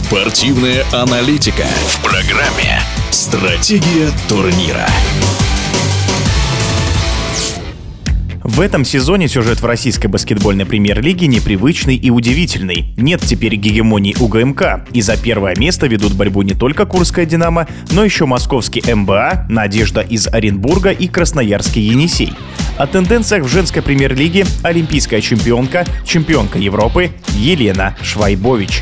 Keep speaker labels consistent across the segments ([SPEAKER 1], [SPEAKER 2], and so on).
[SPEAKER 1] Спортивная аналитика в программе «Стратегия турнира».
[SPEAKER 2] В этом сезоне сюжет в российской баскетбольной премьер-лиге непривычный и удивительный. Нет теперь гегемонии УГМК, и за первое место ведут борьбу не только Курская «Динамо», но еще московский МБА, Надежда из Оренбурга и красноярский Енисей. О тенденциях в женской премьер-лиге олимпийская чемпионка Европы Елена Швайбович.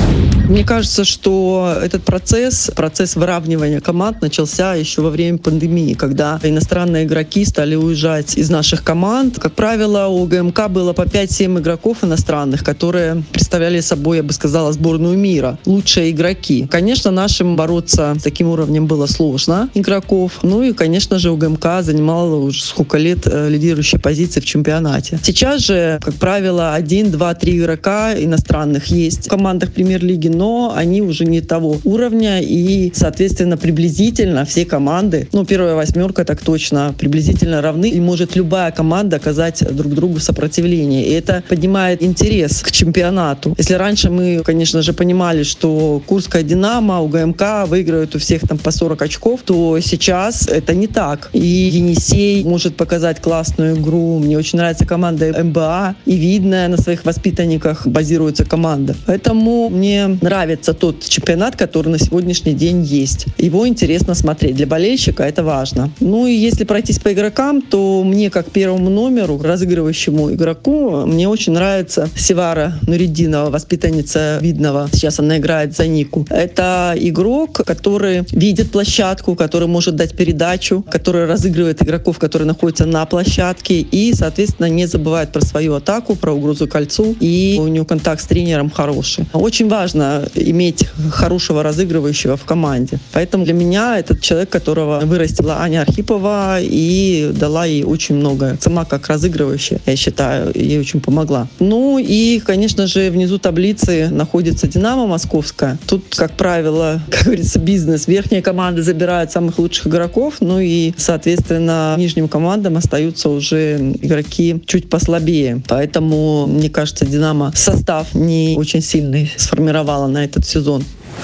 [SPEAKER 3] Мне кажется, что этот процесс выравнивания команд начался еще во время пандемии, когда иностранные игроки стали уезжать из наших команд. Как правило, у ГМК было по 5-7 игроков иностранных, которые представляли собой, я бы сказала, сборную мира. Лучшие игроки. Конечно, нашим бороться с таким уровнем было сложно игроков. Ну и, конечно же, у ГМК занимала уже сколько лет лидирующие позиции в чемпионате. Сейчас же, как правило, 1, 2, 3 игрока иностранных есть в командах премьер-лиги, но они уже не того уровня, и, соответственно, приблизительно все команды, первая восьмерка так точно, приблизительно равны, и может любая команда оказать друг другу сопротивление. И это поднимает интерес к чемпионату. Если раньше мы, конечно же, понимали, что Курская «Динамо», УГМК выиграют у всех там по 40 очков, то сейчас это не так. И Енисей может показать классную игру. Мне очень нравится команда МБА, и видно, на своих воспитанниках базируется команда. Поэтому мне нравится тот чемпионат, который на сегодняшний день есть. Его интересно смотреть. Для болельщика это важно. Ну и если пройтись по игрокам, то мне, как первому номеру, разыгрывающему игроку, мне очень нравится Севара Нуриддинова, воспитанница Видного. Сейчас она играет за Нику. Это игрок, который видит площадку, который может дать передачу, который разыгрывает игроков, которые находятся на площадке, и, соответственно, не забывает про свою атаку, про угрозу кольцу, и у него контакт с тренером хороший. Очень важно иметь хорошего разыгрывающего в команде. Поэтому для меня этот человек, которого вырастила Аня Архипова и дала ей очень много. Сама как разыгрывающая, я считаю, ей очень помогла. Ну и, конечно же, внизу таблицы находится «Динамо» московская. Тут, как правило, как говорится, бизнес. Верхние команды забирают самых лучших игроков, ну и, соответственно, нижним командам остаются уже игроки чуть послабее. Поэтому, мне кажется, «Динамо» состав не очень сильный сформировала на этот сезон.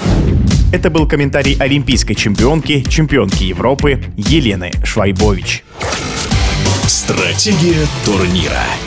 [SPEAKER 2] Это был комментарий олимпийской чемпионки Европы Елены Швайбович.
[SPEAKER 1] Стратегия турнира.